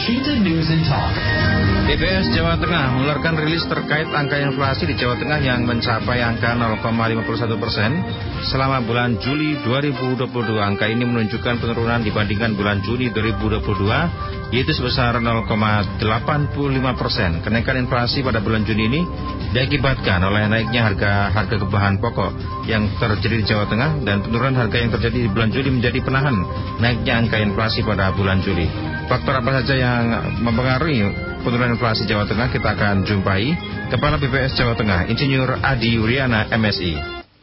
Washington News and Talk. BPS Jawa Tengah mengeluarkan rilis terkait angka inflasi di Jawa Tengah yang mencapai angka 0,51% selama bulan Juli 2022. Angka ini menunjukkan penurunan dibandingkan bulan Juni 2022, yaitu sebesar 0,85%. Kenaikan inflasi pada bulan Juni ini diakibatkan oleh naiknya harga kebutuhan pokok yang terjadi di Jawa Tengah, dan penurunan harga yang terjadi di bulan Juli menjadi penahan naiknya angka inflasi pada bulan Juli. Faktor apa saja yang mempengaruhi penurunan inflasi Jawa Tengah? Kita akan jumpai Kepala BPS Jawa Tengah, Insinyur Adi Yuryana, MSI.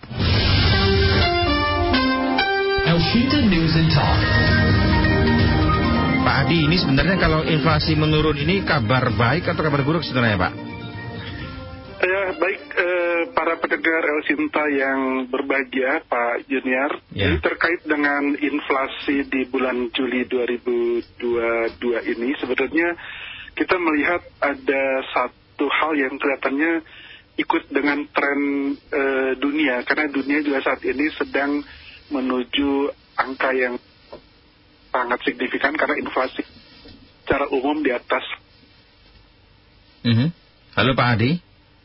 Washington News and Talk. Pak Adi, ini sebenarnya kalau inflasi menurun ini kabar baik atau kabar buruk sebenarnya, Pak? Baik, para pendengar El Sinta yang berbahagia, Pak Junior, ini terkait dengan inflasi di bulan Juli 2022 ini, sebenarnya kita melihat ada satu hal yang kelihatannya ikut dengan tren dunia, karena dunia juga saat ini sedang menuju angka yang sangat signifikan karena inflasi secara umum di atas. Halo Pak Adi.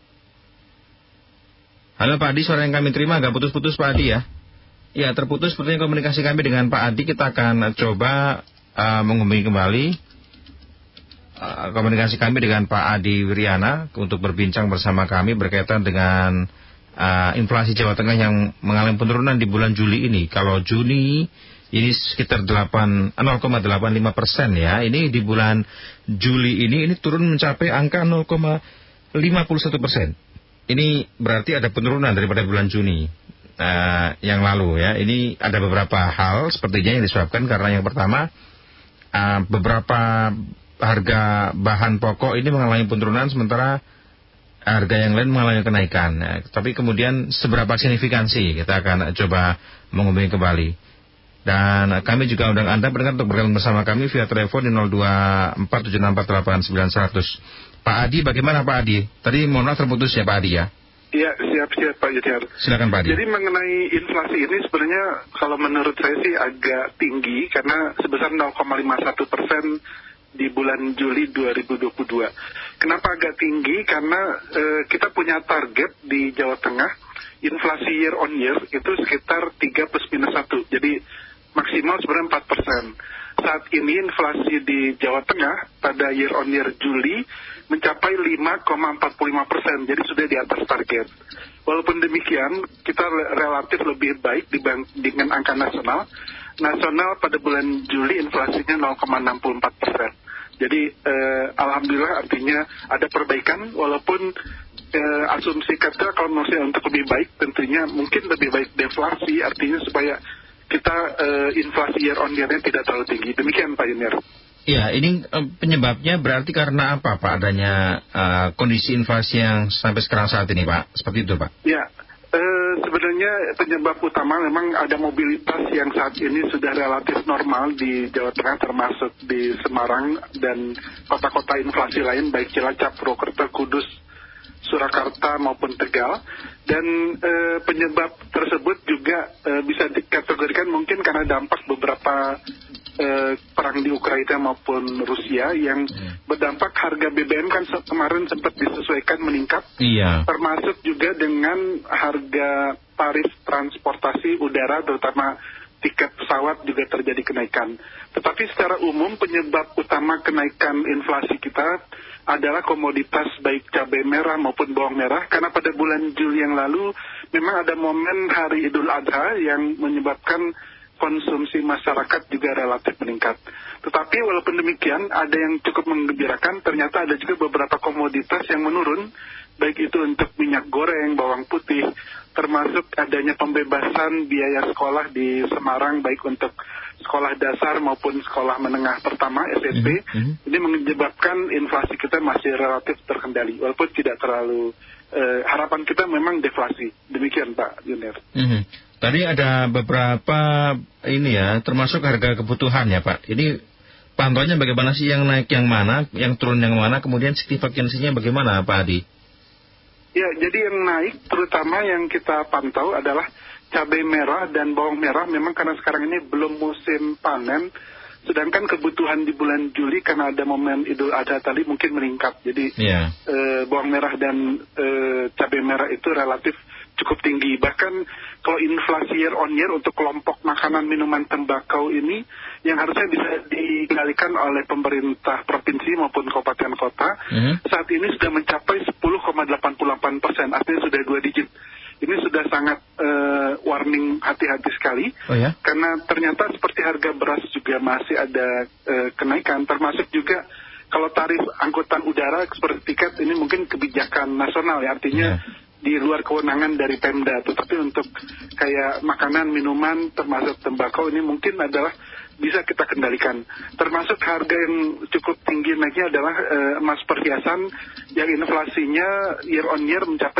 Halo Pak Adi, suara yang kami terima agak putus-putus Pak Adi ya. Ya, terputus sepertinya komunikasi kami dengan Pak Adi. Kita akan coba menghubungi kembali komunikasi kami dengan Pak Adi Yuryana untuk berbincang bersama kami berkaitan dengan inflasi Jawa Tengah yang mengalami penurunan di bulan Juli ini. Kalau Juni ini sekitar 0,85% ya. Ini di bulan Juli ini turun mencapai angka 0,51%. Ini berarti ada penurunan daripada bulan Juni yang lalu ya. Ini ada beberapa hal sepertinya yang disebabkan karena yang pertama beberapa harga bahan pokok ini mengalami penurunan sementara harga yang lain mengalami kenaikan. Tapi kemudian seberapa signifikansi kita akan coba menghubungi kembali. Dan kami juga undang Anda pendengar untuk bergabung bersama kami via telepon di 0247689100. Pak Adi, bagaimana Pak Adi? Tadi mohon maaf terputus ya Pak Adi ya? Iya, siap Pak Junior. Silakan Pak Adi. Jadi mengenai inflasi ini sebenarnya kalau menurut saya sih agak tinggi karena sebesar 0,51% di bulan Juli 2022. Kenapa agak tinggi? Karena kita punya target di Jawa Tengah, inflasi year on year itu sekitar 3 plus minus 1. Jadi maksimal sebenarnya 4%. Saat ini inflasi di Jawa Tengah pada year on year Juli mencapai 5,45%, jadi sudah di atas target. Walaupun demikian, kita relatif lebih baik dibandingkan angka nasional. Nasional pada bulan Juli inflasinya 0,64%. Jadi alhamdulillah artinya ada perbaikan, walaupun asumsi kita kalau maksudnya untuk lebih baik tentunya mungkin lebih baik deflasi, artinya supaya kita inflasi year on year-nya tidak terlalu tinggi. Demikian Pak Junior. Ya, ini penyebabnya berarti karena apa Pak? Adanya kondisi inflasi yang sampai sekarang saat ini Pak? Seperti itu Pak? Ya, sebenarnya penyebab utama memang ada mobilitas yang saat ini sudah relatif normal di Jawa Tengah, termasuk di Semarang dan kota-kota inflasi lain baik Cilacap, Purwokerto, Kudus, Surakarta maupun Tegal. Dan penyebab tersebut juga bisa dikategorikan mungkin karena dampak beberapa perang di Ukraina maupun Rusia yang berdampak harga BBM kan kemarin sempat disesuaikan meningkat, termasuk juga dengan harga tarif transportasi udara terutama tiket pesawat juga terjadi kenaikan. Tetapi secara umum penyebab utama kenaikan inflasi kita adalah komoditas baik cabai merah maupun bawang merah, karena pada bulan Juli yang lalu memang ada momen hari Idul Adha yang menyebabkan konsumsi masyarakat juga relatif meningkat. Tetapi walaupun demikian ada yang cukup menggembirakan, ternyata ada juga beberapa komoditas yang menurun, baik itu untuk minyak goreng, bawang putih, termasuk adanya pembebasan biaya sekolah di Semarang baik untuk sekolah dasar maupun sekolah menengah pertama SMP. Ini menyebabkan inflasi kita masih relatif terkendali walaupun tidak terlalu harapan kita memang deflasi. Demikian Pak Junior. Tadi ada beberapa ini ya, termasuk harga kebutuhan ya Pak. Ini pantauannya bagaimana sih, yang naik yang mana, yang turun yang mana, kemudian signifikansinya bagaimana Pak Adi? Ya, jadi yang naik terutama yang kita pantau adalah cabai merah dan bawang merah. Memang karena sekarang ini belum musim panen, Sedangkan kebutuhan di bulan Juli karena ada momen Idul Adha tadi mungkin meningkat. Jadi bawang merah dan cabai merah itu relatif cukup tinggi. Bahkan kalau inflasi year on year untuk kelompok makanan, minuman, tembakau ini yang harusnya bisa dikendalikan oleh pemerintah provinsi maupun kabupaten kota, saat ini sudah mencapai 10,88%, artinya sudah 2 digit. Ini sudah sangat warning, hati-hati sekali, karena ternyata seperti harga beras juga masih ada kenaikan, termasuk juga kalau tarif angkutan udara seperti tiket ini mungkin kebijakan nasional ya, artinya di luar kewenangan dari Pemda, tetapi untuk kayak makanan, minuman, termasuk tembakau ini mungkin adalah bisa kita kendalikan. Termasuk harga yang cukup tinggi naiknya adalah emas perhiasan yang inflasinya year on year mencapai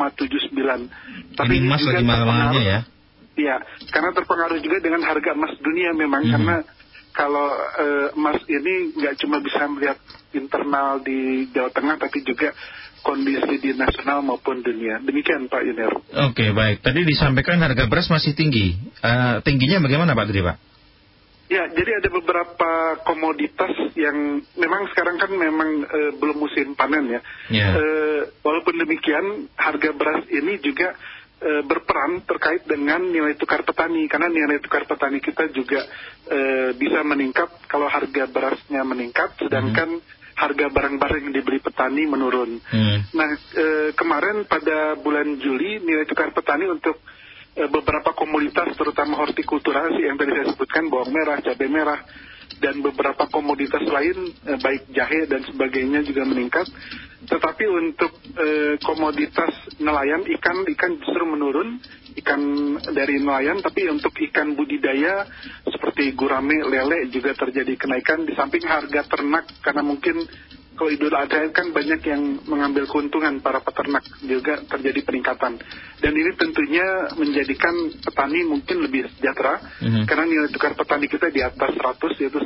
6,79. Tapi ini emas lagi mahal-mahalnya ya? Iya, karena terpengaruh juga dengan harga emas dunia memang, karena kalau emas ini nggak cuma bisa melihat internal di Jawa Tengah, tapi juga kondisi di nasional maupun dunia. Demikian Pak Yunir. Oke, baik. Tadi disampaikan harga beras masih tinggi. Tingginya bagaimana Pak tadi Pak? Ya, jadi ada beberapa komoditas yang memang sekarang kan memang belum musim panen ya. Walaupun demikian, harga beras ini juga berperan terkait dengan nilai tukar petani, karena nilai tukar petani kita juga bisa meningkat kalau harga berasnya meningkat, sedangkan harga barang-barang yang dibeli petani menurun. Nah, kemarin pada bulan Juli nilai tukar petani untuk beberapa komoditas terutama hortikultura yang tadi saya sebutkan, bawang merah, cabai merah, dan beberapa komoditas lain baik jahe dan sebagainya juga meningkat. Tetapi untuk komoditas nelayan, ikan justru menurun, ikan dari nelayan, tapi untuk ikan budidaya seperti gurame, lele juga terjadi kenaikan, di samping harga ternak karena mungkin kalau Idul Adha kan banyak yang mengambil keuntungan, para peternak juga terjadi peningkatan. Dan ini tentunya menjadikan petani mungkin lebih sejahtera, karena nilai tukar petani kita di atas 100, yaitu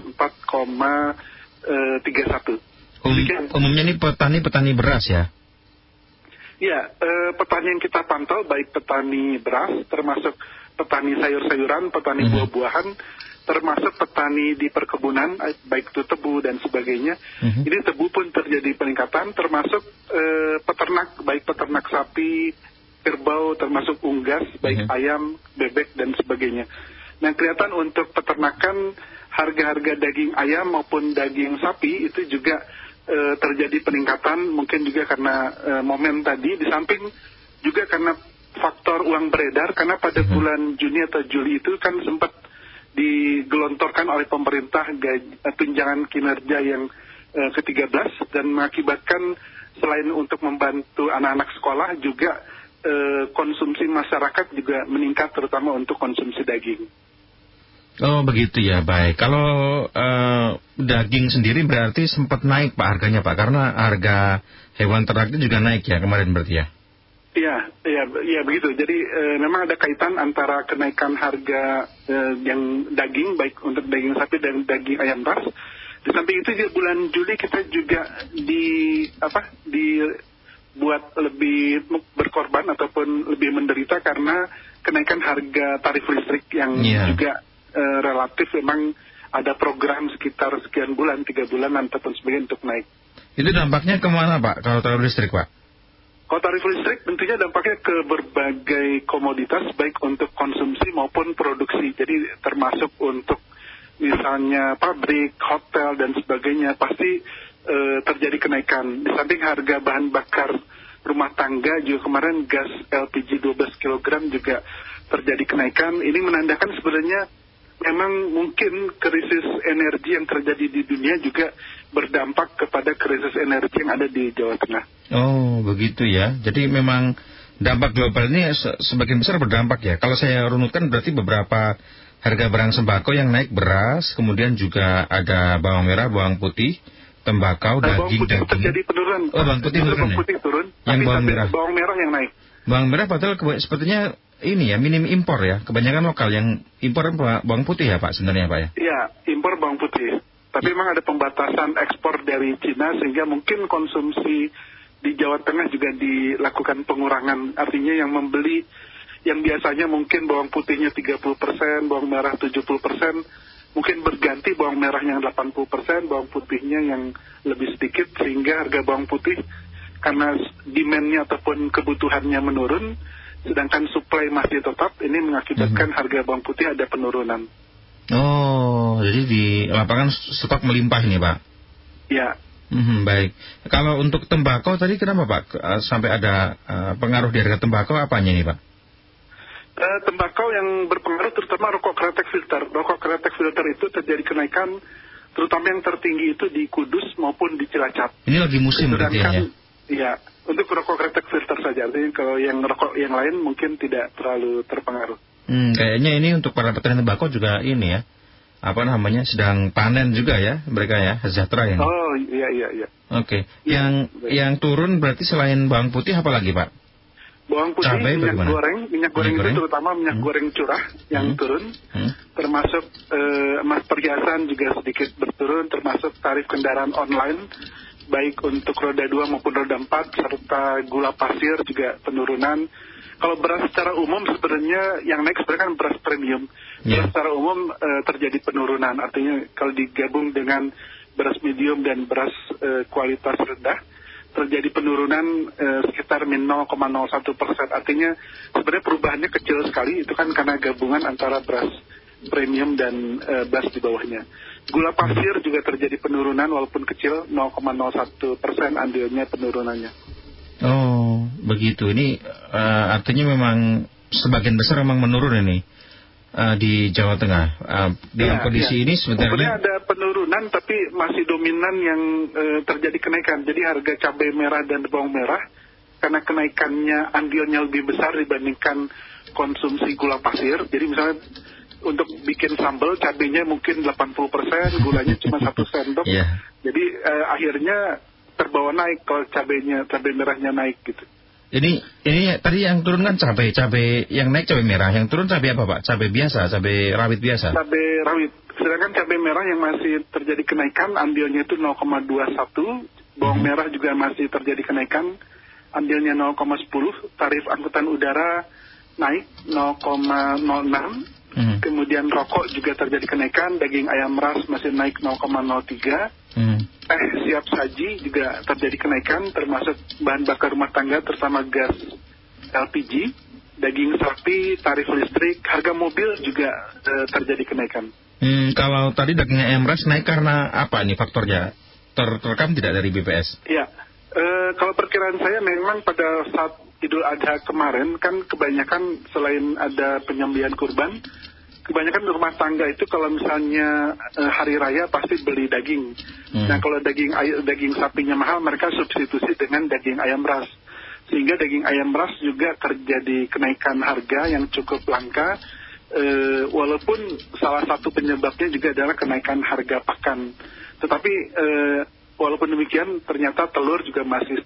104,31. Umumnya ini petani beras ya? Iya, petani yang kita pantau baik petani beras, termasuk petani sayur-sayuran, petani buah-buahan, termasuk petani di perkebunan, baik itu tebu dan sebagainya. Ini tebu pun terjadi peningkatan, termasuk peternak, baik peternak sapi, kerbau, termasuk unggas, baik ayam, bebek, dan sebagainya. Nah, kelihatan untuk peternakan, harga-harga daging ayam maupun daging sapi itu juga terjadi peningkatan, mungkin juga karena momen tadi, di samping juga karena faktor uang beredar, karena pada bulan Juni atau Juli itu kan sempat digelontorkan oleh pemerintah tunjangan kinerja yang ke-13 dan mengakibatkan selain untuk membantu anak-anak sekolah juga konsumsi masyarakat juga meningkat, terutama untuk konsumsi daging. Oh begitu ya, baik. Kalau daging sendiri berarti sempat naik Pak harganya Pak, karena harga hewan ternak itu juga naik ya kemarin berarti ya? Iya begitu. Jadi memang ada kaitan antara kenaikan harga yang daging, baik untuk daging sapi dan daging ayam ras. Di samping itu juga bulan Juli kita juga dibuat lebih berkorban ataupun lebih menderita karena kenaikan harga tarif listrik yang juga relatif memang ada program sekitar sekian bulan, 3 bulan ataupun sebagainya untuk naik. Itu dampaknya kemana Pak kalau tarif listrik Pak? Kalau tarif listrik tentunya dampaknya ke berbagai komoditas, baik untuk konsumsi maupun produksi. Jadi termasuk untuk misalnya pabrik, hotel, dan sebagainya, pasti terjadi kenaikan. Di samping harga bahan bakar rumah tangga juga kemarin gas LPG 12 kg juga terjadi kenaikan. Ini menandakan sebenarnya memang mungkin krisis energi yang terjadi di dunia juga berdampak kepada krisis energi yang ada di Jawa Tengah. Oh, begitu ya. Jadi memang dampak global ini sebagian besar berdampak ya. Kalau saya runutkan berarti beberapa harga barang sembako yang naik, beras, kemudian juga ada bawang merah, bawang putih, tembakau, daging. Bawang putih terjadi penurunan. Oh, bawang putih turun. Yang bawang merah. Bawang merah yang naik. Bawang merah padahal sepertinya ini ya, minim impor ya. Kebanyakan lokal yang impor bawang putih ya Pak sebenarnya Pak ya? Iya, impor bawang putih. Tapi memang ada pembatasan ekspor dari Cina sehingga mungkin konsumsi di Jawa Tengah juga dilakukan pengurangan. Artinya yang membeli yang biasanya mungkin bawang putihnya 30%, bawang merah 70%, mungkin berganti bawang merah yang 80%, bawang putihnya yang lebih sedikit, sehingga harga bawang putih karena demand-nya ataupun kebutuhannya menurun, sedangkan supply masih tetap, ini mengakibatkan harga bawang putih ada penurunan. Oh, jadi di lapangan stok melimpah ini, Pak? Ya. Baik. Kalau untuk tembakau tadi kenapa, Pak? Sampai ada pengaruh di harga tembakau apanya nih, Pak? Tembakau yang berpengaruh terutama rokok kretek filter. Rokok kretek filter itu terjadi kenaikan, terutama yang tertinggi itu di Kudus maupun di Cilacap. Ini lagi musim berarti ya? Iya, untuk rokok kretek filter saja. Artinya kalau yang rokok yang lain mungkin tidak terlalu terpengaruh. Kayaknya ini untuk para petani tembakau juga ini ya, sedang panen juga ya mereka ya, sejahtera ini. Oh iya. Oke. Yang turun berarti selain bawang putih apa lagi, Pak? Bawang putih, minyak goreng itu terutama minyak goreng curah yang turun, termasuk emas perhiasan juga sedikit berturun, termasuk tarif kendaraan online baik untuk roda 2 maupun roda 4, serta gula pasir juga penurunan. Kalau beras secara umum sebenarnya yang naik sebenarnya kan beras premium. Beras secara umum terjadi penurunan. Artinya kalau digabung dengan beras medium dan beras kualitas rendah, terjadi penurunan sekitar min 0,01%. Artinya sebenarnya perubahannya kecil sekali. Itu kan karena gabungan antara beras premium dan beras di bawahnya. Gula pasir juga terjadi penurunan walaupun kecil, 0,01% andilnya penurunannya. Oh, begitu. Ini artinya memang sebagian besar memang menurun ini di Jawa Tengah. Dalam kondisi ini sebenarnya ada penurunan tapi masih dominan yang terjadi kenaikan. Jadi harga cabai merah dan bawang merah karena kenaikannya andilnya lebih besar dibandingkan konsumsi gula pasir. Jadi misalnya untuk bikin sambal cabainya mungkin 80%, gulanya cuma 1 sendok. Jadi akhirnya terbawa naik kalau cabai merahnya naik gitu. Ini tadi yang turun kan cabai yang naik cabai merah, yang turun cabai apa, Pak? Cabai biasa, cabai rawit biasa. Cabai rawit. Sedangkan cabai merah yang masih terjadi kenaikan andilnya itu 0,21, bawang merah juga masih terjadi kenaikan andilnya 0,10, tarif angkutan udara naik 0,06. Kemudian rokok juga terjadi kenaikan, daging ayam ras masih naik 0,03. Siap saji juga terjadi kenaikan, termasuk bahan bakar rumah tangga terutama gas LPG, daging sapi, tarif listrik, harga mobil juga terjadi kenaikan. Kalau tadi daging ayam ras naik karena apa nih faktornya? Terekam tidak dari BPS? Iya, kalau perkiraan saya memang pada saat Idul Adha kemarin kan kebanyakan selain ada penyembelihan kurban, kebanyakan rumah tangga itu kalau misalnya hari raya pasti beli daging. Nah kalau daging sapinya mahal, mereka substitusi dengan daging ayam ras. Sehingga daging ayam ras juga terjadi kenaikan harga yang cukup langka. Walaupun salah satu penyebabnya juga adalah kenaikan harga pakan. Tetapi walaupun demikian ternyata telur juga masih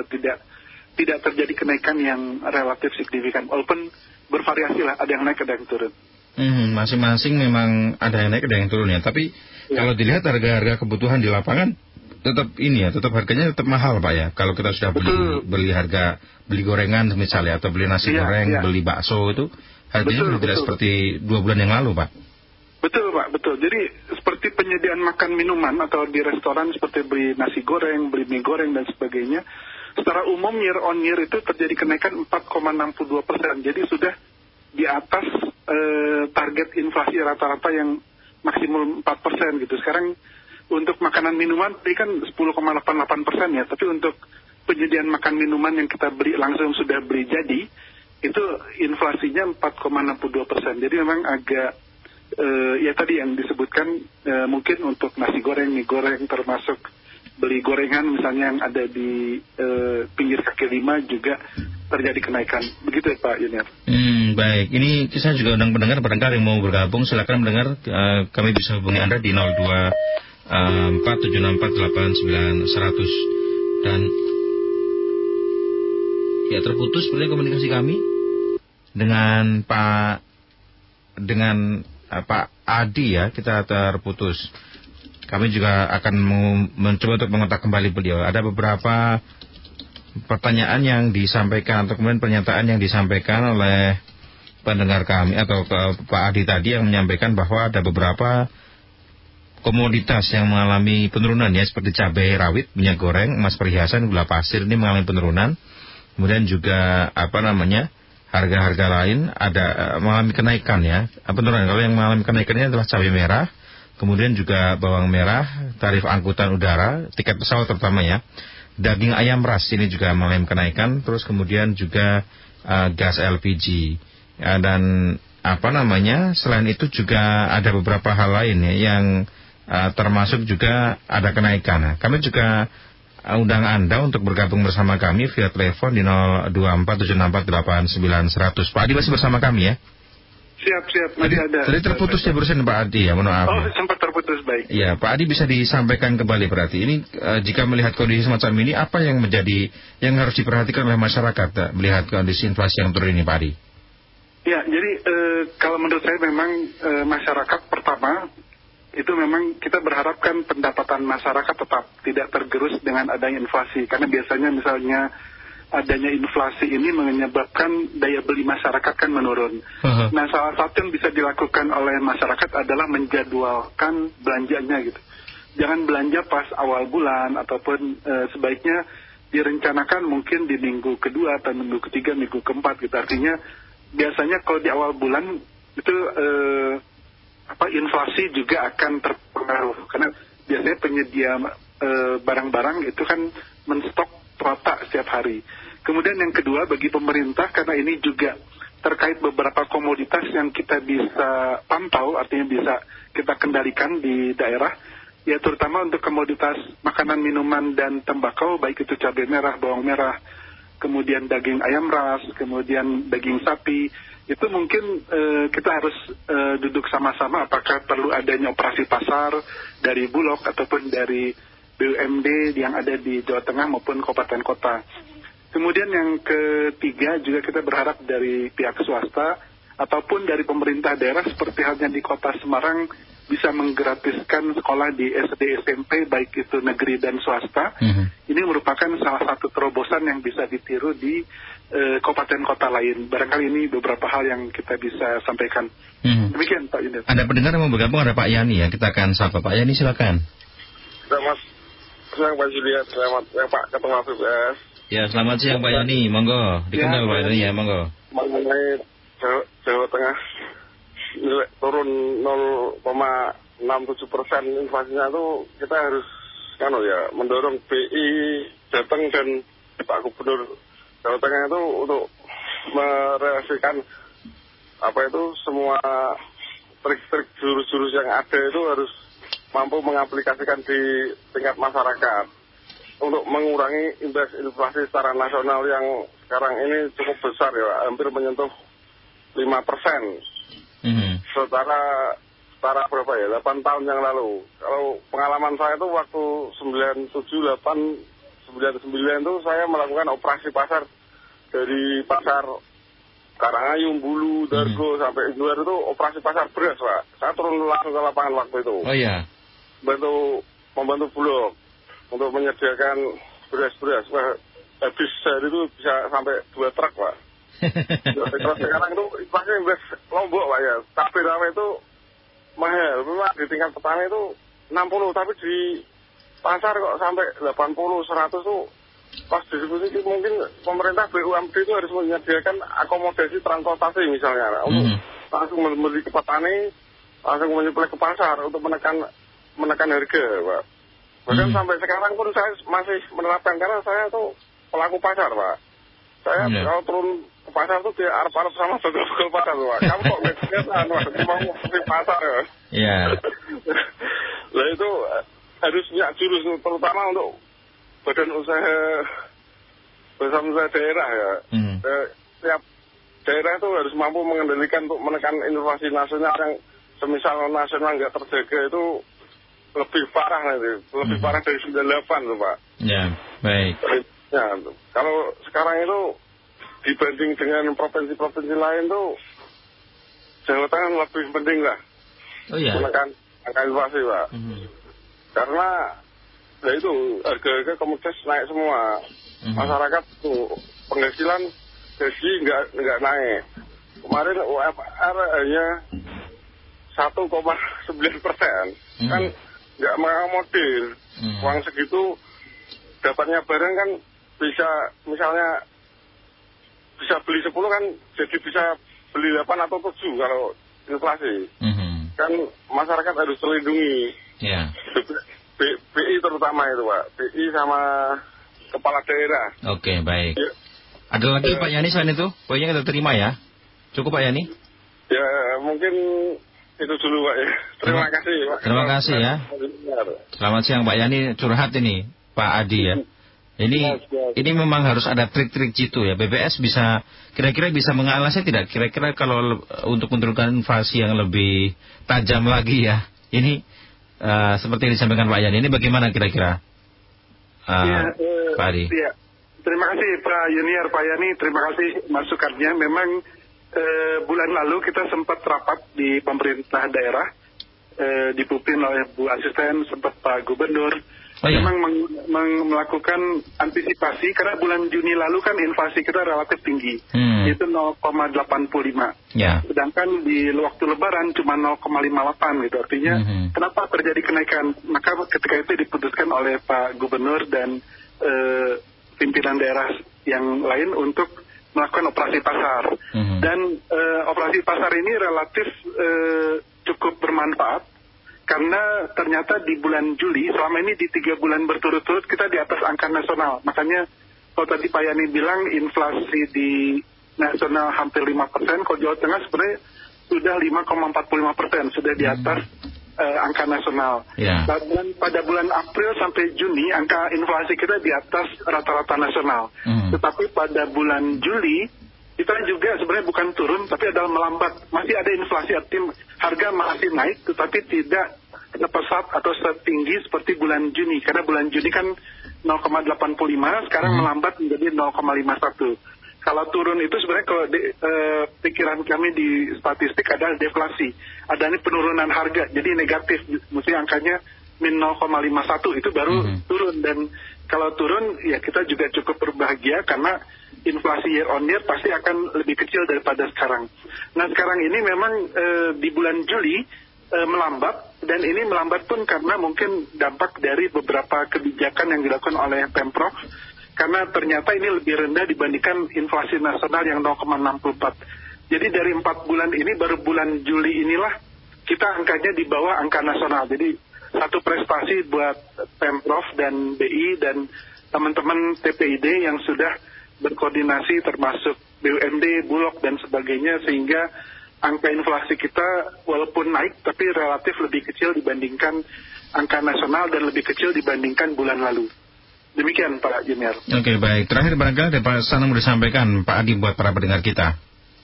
tidak terjadi kenaikan yang relatif signifikan. Walaupun bervariasi lah, ada yang naik ada yang turun. Masing-masing memang ada yang naik ada yang turun ya. Tapi kalau dilihat harga-harga kebutuhan di lapangan tetap harganya tetap mahal, Pak ya. Kalau kita sudah beli gorengan misalnya, atau beli nasi goreng, beli bakso, itu harganya tidak seperti 2 bulan yang lalu, Pak. Betul, Pak, betul. Jadi seperti penyediaan makan minuman atau di restoran seperti beli nasi goreng, beli mie goreng dan sebagainya, secara umum year on year itu terjadi kenaikan 4,62%. Jadi sudah di atas target inflasi rata-rata yang maksimum 4% gitu. Sekarang untuk makanan minuman tadi kan 10,88% ya, tapi untuk penyediaan makan minuman yang kita beli langsung sudah beli jadi, itu inflasinya 4,62%. Jadi memang agak ya tadi yang disebutkan mungkin untuk nasi goreng, mie goreng, termasuk beli gorengan misalnya yang ada di pinggir kaki 5 juga terjadi kenaikan. Begitu ya Pak Yuniar. Baik, ini saya juga undang pendengar barangkali yang mau bergabung, silakan mendengar. Kami bisa hubungi Anda di 0247648900. Dan ya terputus sebenarnya komunikasi kami dengan Pak Adi ya, kita terputus. Kami juga akan mencoba untuk mengontak kembali beliau. Ada beberapa pertanyaan yang disampaikan atau kemudian pernyataan yang disampaikan oleh pendengar kami atau Pak Adi tadi yang menyampaikan bahwa ada beberapa komoditas yang mengalami penurunan ya, seperti cabai rawit, minyak goreng, emas perhiasan, gula pasir ini mengalami penurunan. Kemudian juga harga-harga lain ada mengalami kenaikan ya, penurunan. Kalau yang mengalami kenaikannya adalah cabai merah, kemudian juga bawang merah, tarif angkutan udara, tiket pesawat terutama ya. Daging ayam ras ini juga mengalami kenaikan, terus kemudian juga gas LPG. Ya, dan selain itu juga ada beberapa hal lain ya, yang termasuk juga ada kenaikan. Nah, kami juga undang Anda untuk bergabung bersama kami via telepon di 02476489100. Pak Adi masih bersama kami ya? Siap, masih ada. Tadi terputus ya barusan Pak Adi ya, mohon maaf. Oh, sempat terputus, baik. Ya, Pak Adi bisa disampaikan kembali berarti. Ini jika melihat kondisi semacam ini, apa yang harus diperhatikan oleh masyarakat melihat kondisi inflasi yang turun ini, Pak Adi? Ya, jadi kalau menurut saya memang masyarakat pertama, itu memang kita berharapkan pendapatan masyarakat tetap tidak tergerus dengan adanya inflasi. Karena biasanya misalnya adanya inflasi ini menyebabkan daya beli masyarakat kan menurun. Nah, salah satu yang bisa dilakukan oleh masyarakat adalah menjadwalkan belanjanya gitu. Jangan belanja pas awal bulan, ataupun sebaiknya direncanakan mungkin di minggu kedua atau minggu ketiga, minggu keempat gitu. Artinya biasanya kalau di awal bulan itu inflasi juga akan terpengaruh, karena biasanya penyedia barang-barang itu kan menstok rata setiap hari. Kemudian yang kedua, bagi pemerintah, karena ini juga terkait beberapa komoditas yang kita bisa pantau, artinya bisa kita kendalikan di daerah, ya terutama untuk komoditas makanan, minuman, dan tembakau, baik itu cabai merah, bawang merah, kemudian daging ayam ras, kemudian daging sapi. Itu mungkin kita harus duduk sama-sama apakah perlu adanya operasi pasar dari Bulog ataupun dari BUMD yang ada di Jawa Tengah maupun kabupaten kota. Kemudian yang ketiga juga kita berharap dari pihak swasta ataupun dari pemerintah daerah seperti halnya di kota Semarang bisa menggratiskan sekolah di SD SMP baik itu negeri dan swasta. Ini merupakan salah satu terobosan yang bisa ditiru di kabupaten kota lain. Barangkali ini beberapa hal yang kita bisa sampaikan. Demikian Pak Yunus. Ada pendengar yang mau bergabung, ada Pak Yani ya. Kita akan sapa Pak Yani, silakan. Selamat siang Pak Julian, selamat siang Pak Ketua BPS. Ya, selamat siang Pak Yani, monggo. Dikenal Pak Yani ya, monggo. Mengenai Jawa Tengah turun 0,67% inflasinya itu kita harus mendorong BI, Jateng dan Pak Gubernur Jawa Tengah itu untuk merealisasikan semua trik-trik jurus-jurus yang ada itu harus mampu mengaplikasikan di tingkat masyarakat untuk mengurangi indeks inflasi secara nasional yang sekarang ini cukup besar ya, hampir menyentuh 5%. Setara berapa ya, 8 tahun yang lalu. Kalau pengalaman saya itu waktu 99 itu saya melakukan operasi pasar dari pasar Karangayung, Bulu, Dargo sampai Induar itu operasi pasar beras Pak. Saya turun langsung ke lapangan waktu itu. Oh iya. Membantu Bulog untuk menyediakan beras-beras. Habis sehari itu bisa sampai 2 truk Pak. Kalau sekarang itu inflasi beras Lombok Pak ya. Cabai rawit itu mahal. Memang di tingkat petani itu 60, tapi di pasar kok sampai 80, 100 tuh. Pas diskusi mungkin pemerintah BUMD itu harus menyediakan akomodasi transportasi misalnya untuk langsung membeli ke petani, langsung menyuplai ke pasar untuk menekan harga Pak. Bahkan sampai sekarang pun saya masih menerapkan karena saya tuh pelaku pasar Pak. Saya kalau turun ke pasar tuh dia arep-arep sama begal pasar Pak. Kamu kok biasanya mau ke pasar ya? Iya. Nah itu harus punya jurus terutama untuk badan usaha daerah ya. Setiap daerah itu harus mampu mengendalikan untuk menekan inflasi nasional yang semisal nasional nggak terjaga itu lebih parah nanti, lebih parah dari 98 tuh Pak. Ya, baik. Ya, kalau sekarang itu dibanding dengan provinsi-provinsi lain tuh Jawa Tengah lebih penting lah menekan angka inflasi Pak. Karena ya itu harga-harga komoditas naik semua. Masyarakat tuh penghasilan gaji nggak naik. Kemarin UMR hanya 1,9%. Kan nggak mengakomodir. Uang segitu dapatnya barang kan bisa, misalnya bisa beli 10 kan jadi bisa beli 8 atau 7 kalau inflasi. Kan masyarakat harus terlindungi. BI terutama itu Pak, BI sama kepala daerah. Oke, baik. Ya. Ada lagi Pak Yani selain itu? Pokoknya kita terima ya. Cukup Pak Yani? Ya mungkin itu dulu Pak ya. Terima kasih Pak. Terima kasih ya. Selamat siang Pak Yani, curhat ini Pak Adi ya. Ini memang harus ada trik-trik jitu ya. BPS bisa kira-kira bisa mengatasi tidak? Kira-kira kalau untuk menurunkan inflasi yang lebih tajam lagi ya. Ini seperti yang disampaikan Pak Yani, ini bagaimana kira-kira? Pak Adi. Ya. Terima kasih Pak Yuniar, Pak Yani, terima kasih masukannya. Memang bulan lalu kita sempat rapat di pemerintah daerah, dipimpin oleh Bu Asisten, sempat Pak Gubernur. Memang melakukan antisipasi karena bulan Juni lalu kan inflasi kita relatif tinggi, itu 0,85. Sedangkan di waktu Lebaran cuma 0,58 gitu. Artinya kenapa terjadi kenaikan? Maka ketika itu diputuskan oleh Pak Gubernur dan pimpinan daerah yang lain untuk melakukan operasi pasar. Dan operasi pasar ini relatif cukup bermanfaat. Karena ternyata di bulan Juli, selama ini di 3 bulan berturut-turut kita di atas angka nasional. Makanya kalau tadi Pak Yani bilang inflasi di nasional hampir 5%, kalau Jawa Tengah sebenarnya sudah 5,45%, sudah di atas angka nasional. Dan pada bulan April sampai Juni, angka inflasi kita di atas rata-rata nasional. Tetapi pada bulan Juli, kita juga sebenarnya bukan turun, tapi adalah melambat. Masih ada inflasi, artinya harga masih naik, tetapi tidak sepesat atau setinggi seperti bulan Juni. Karena bulan Juni kan 0,85, sekarang melambat menjadi 0,51. Kalau turun itu sebenarnya kalau pikiran kami di statistik adalah deflasi. Ada ini penurunan harga, jadi negatif. Mesti angkanya min 0,51 itu baru turun. Dan kalau turun ya kita juga cukup berbahagia karena inflasi year on year pasti akan lebih kecil daripada sekarang. Nah sekarang ini memang di bulan Juli melambat, dan ini melambat pun karena mungkin dampak dari beberapa kebijakan yang dilakukan oleh Pemprov, karena ternyata ini lebih rendah dibandingkan inflasi nasional yang 0,64. Jadi dari 4 bulan ini baru bulan Juli inilah kita angkanya di bawah angka nasional. Jadi satu prestasi buat Pemprov dan BI dan teman-teman TPID yang sudah berkoordinasi termasuk BUMD, Bulog dan sebagainya, sehingga angka inflasi kita walaupun naik tapi relatif lebih kecil dibandingkan angka nasional dan lebih kecil dibandingkan bulan lalu. Demikian Pak Junior. Oke, baik. Terakhir barangkali ada Pak Sanung disampaikan Pak Adi buat para pendengar kita.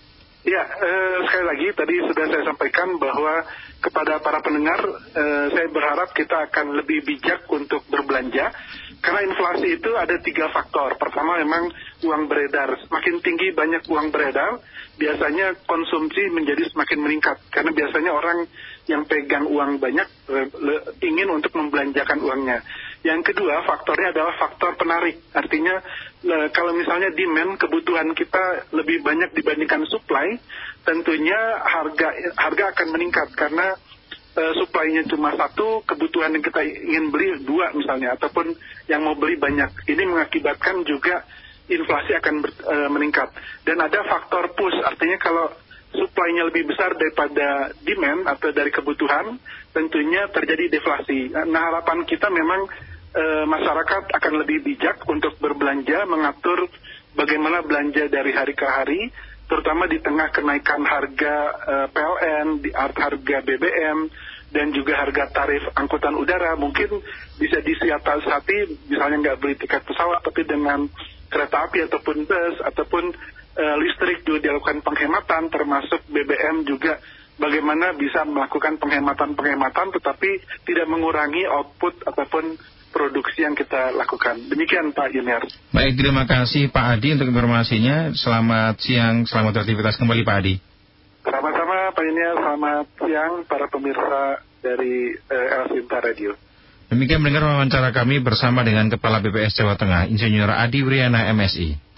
Ya, sekali lagi tadi sudah saya sampaikan bahwa kepada para pendengar saya berharap kita akan lebih bijak untuk berbelanja. Karena inflasi itu ada 3 faktor. Pertama memang uang beredar. Semakin tinggi banyak uang beredar, biasanya konsumsi menjadi semakin meningkat. Karena biasanya orang yang pegang uang banyak ingin untuk membelanjakan uangnya. Yang kedua faktornya adalah faktor penarik. Artinya kalau misalnya demand, kebutuhan kita lebih banyak dibandingkan supply, tentunya harga akan meningkat. Karena supply-nya cuma 1, kebutuhan yang kita ingin beli 2 misalnya, ataupun yang mau beli banyak. Ini mengakibatkan juga inflasi akan meningkat. Dan ada faktor push, artinya kalau supply-nya lebih besar daripada demand atau dari kebutuhan, tentunya terjadi deflasi. Nah harapan kita memang masyarakat akan lebih bijak untuk berbelanja, mengatur bagaimana belanja dari hari ke hari, terutama di tengah kenaikan harga PLN, harga BBM, dan juga harga tarif angkutan udara. Mungkin bisa disiasati, misalnya nggak beli tiket pesawat, tapi dengan kereta api ataupun bus, ataupun listrik juga dilakukan penghematan, termasuk BBM juga bagaimana bisa melakukan penghematan, tetapi tidak mengurangi output ataupun produksi yang kita lakukan. Demikian Pak Junior. Baik, terima kasih Pak Adi untuk informasinya. Selamat siang, selamat beraktivitas kembali Pak Adi. Sama-sama Pak Junior, selamat siang para pemirsa dari El Sinta Radio. Demikian mendengar wawancara kami bersama dengan Kepala BPS Jawa Tengah, Insinyur Adi Wiriana MSI.